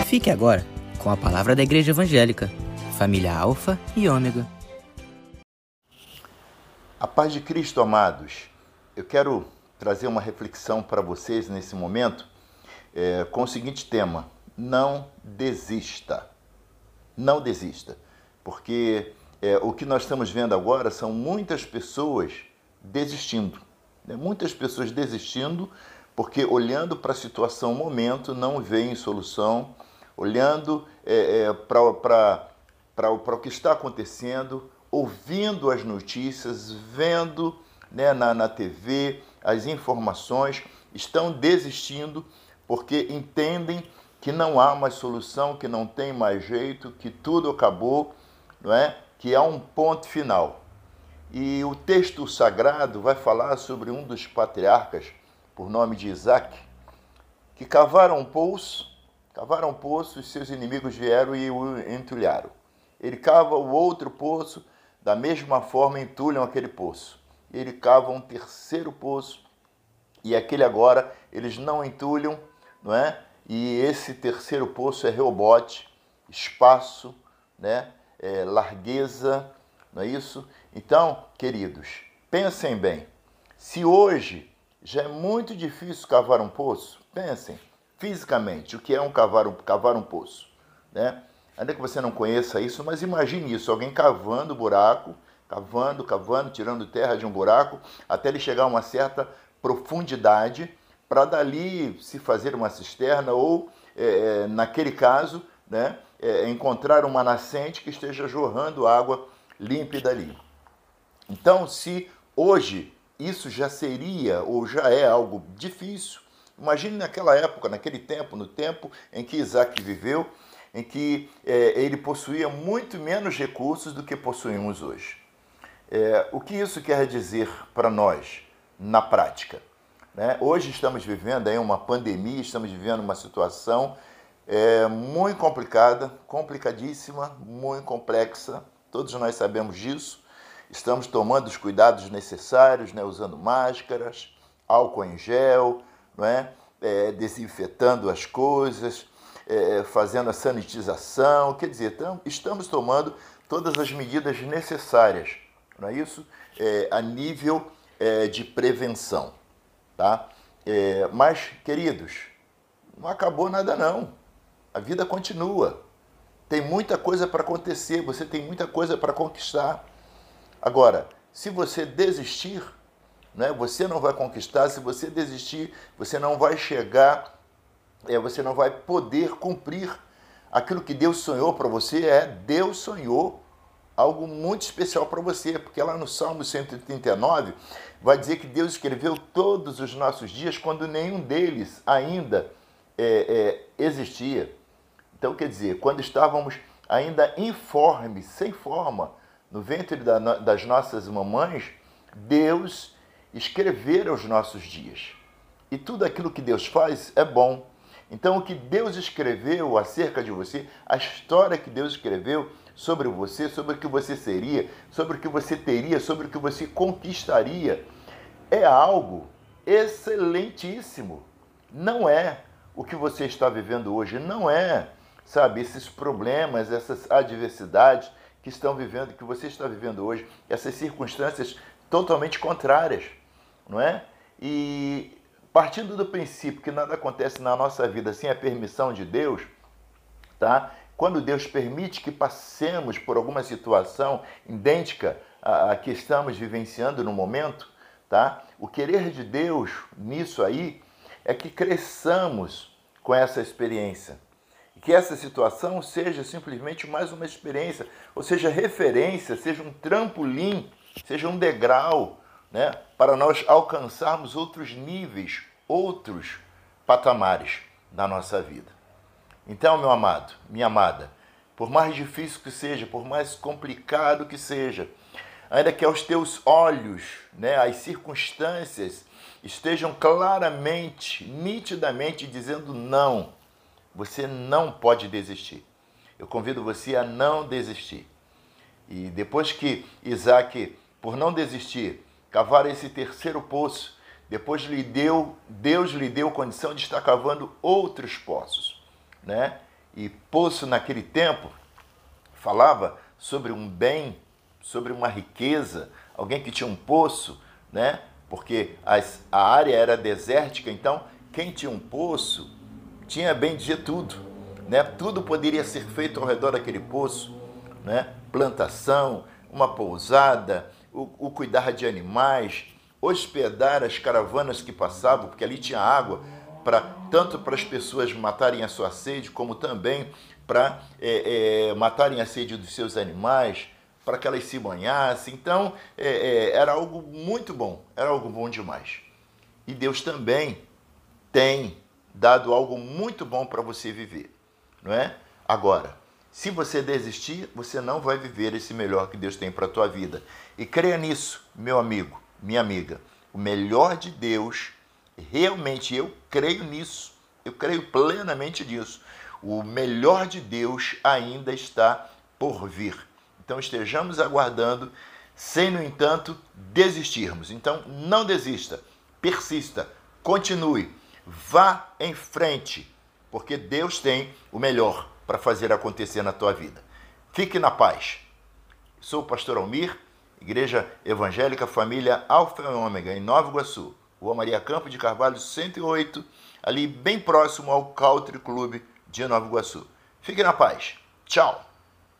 Fique agora com a palavra da Igreja Evangélica, família Alfa e Ômega. A paz de Cristo, amados. Eu quero trazer uma reflexão para vocês nesse momento com o seguinte tema: não desista. Não desista. Porque o que nós estamos vendo agora são muitas pessoas desistindo. Muitas pessoas desistindo porque olhando para a situação, momento, não veem solução, olhando para o que está acontecendo, ouvindo as notícias, vendo na TV as informações, estão desistindo porque entendem que não há mais solução, que não tem mais jeito, que tudo acabou, não é? Que há um ponto final. E o texto sagrado vai falar sobre um dos patriarcas, por nome de Isaac, que cavaram um poço e seus inimigos vieram e o entulharam. Ele cava o outro poço, da mesma forma entulham aquele poço. Ele cava um terceiro poço e aquele agora eles não entulham, não é? E esse terceiro poço é Reobote, espaço, né? Largueza, não é isso? Então, queridos, pensem bem. Se hoje já é muito difícil cavar um poço, pensem fisicamente o que é cavar um poço, né? Ainda que você não conheça isso, mas imagine isso, alguém cavando buraco, cavando, tirando terra de um buraco, até ele chegar a uma certa profundidade, para dali se fazer uma cisterna ou, naquele caso, né, encontrar uma nascente que esteja jorrando água límpida ali. Então, se hoje isso já seria ou já é algo difícil, imagine naquela época, naquele tempo, no tempo em que Isaac viveu, em que ele possuía muito menos recursos do que possuímos hoje. O que isso quer dizer para nós na prática? Né? Hoje estamos vivendo aí uma pandemia, estamos vivendo uma situação muito complicada, complicadíssima, muito complexa, todos nós sabemos disso. Estamos tomando os cuidados necessários, né? Usando máscaras, álcool em gel, não é? Desinfetando as coisas, fazendo a sanitização, quer dizer, estamos tomando todas as medidas necessárias, não é isso? A nível de prevenção, tá? Mas, queridos, não acabou nada não, a vida continua, tem muita coisa para acontecer, você tem muita coisa para conquistar. Agora, se você desistir, né, você não vai conquistar. Se você desistir, você não vai chegar, você não vai poder cumprir aquilo que Deus sonhou para você. Deus sonhou algo muito especial para você, porque lá no Salmo 139 vai dizer que Deus escreveu todos os nossos dias quando nenhum deles ainda existia. Então, quer dizer, quando estávamos ainda informes, sem forma, no ventre das nossas mamães, Deus escrevera os nossos dias. E tudo aquilo que Deus faz é bom. Então, o que Deus escreveu acerca de você, a história que Deus escreveu sobre você, sobre o que você seria, sobre o que você teria, sobre o que você conquistaria, é algo excelentíssimo. Não é o que você está vivendo hoje, não é, sabe, esses problemas, essas adversidades que você está vivendo hoje, essas circunstâncias totalmente contrárias, não é? E partindo do princípio que nada acontece na nossa vida sem a permissão de Deus, tá? Quando Deus permite que passemos por alguma situação idêntica à que estamos vivenciando no momento, tá? O querer de Deus nisso aí é que cresçamos com essa experiência. Que essa situação seja simplesmente mais uma experiência, ou seja, referência, seja um trampolim, seja um degrau, né, para nós alcançarmos outros níveis, outros patamares da nossa vida. Então, meu amado, minha amada, por mais difícil que seja, por mais complicado que seja, ainda que aos teus olhos, né, as circunstâncias estejam claramente, nitidamente dizendo não, você não pode desistir. Eu convido você a não desistir. E depois que Isaac, por não desistir, cavar esse terceiro poço, depois Deus lhe deu condição de estar cavando outros poços, né? E poço naquele tempo falava sobre um bem, sobre uma riqueza, alguém que tinha um poço, né? Porque a área era desértica, então quem tinha um poço tinha bem dizer tudo, né? Tudo poderia ser feito ao redor daquele poço, né? Plantação, uma pousada, o cuidar de animais, hospedar as caravanas que passavam, porque ali tinha água, tanto para as pessoas matarem a sua sede, como também para matarem a sede dos seus animais, para que elas se banhassem. Então, era algo muito bom, era algo bom demais. E Deus também tem dado algo muito bom para você viver, não é? Agora, se você desistir, você não vai viver esse melhor que Deus tem para a tua vida. E creia nisso, meu amigo, minha amiga. O melhor de Deus, realmente eu creio nisso, eu creio plenamente nisso. O melhor de Deus ainda está por vir. Então estejamos aguardando, sem, no entanto, desistirmos. Então não desista, persista, continue, vá em frente, porque Deus tem o melhor para fazer acontecer na tua vida. Fique na paz. Sou o pastor Almir, Igreja Evangélica Família Alfa e Ômega, em Nova Iguaçu, Rua Maria Campo de Carvalho, 108, ali bem próximo ao Country Club de Nova Iguaçu. Fique na paz. Tchau.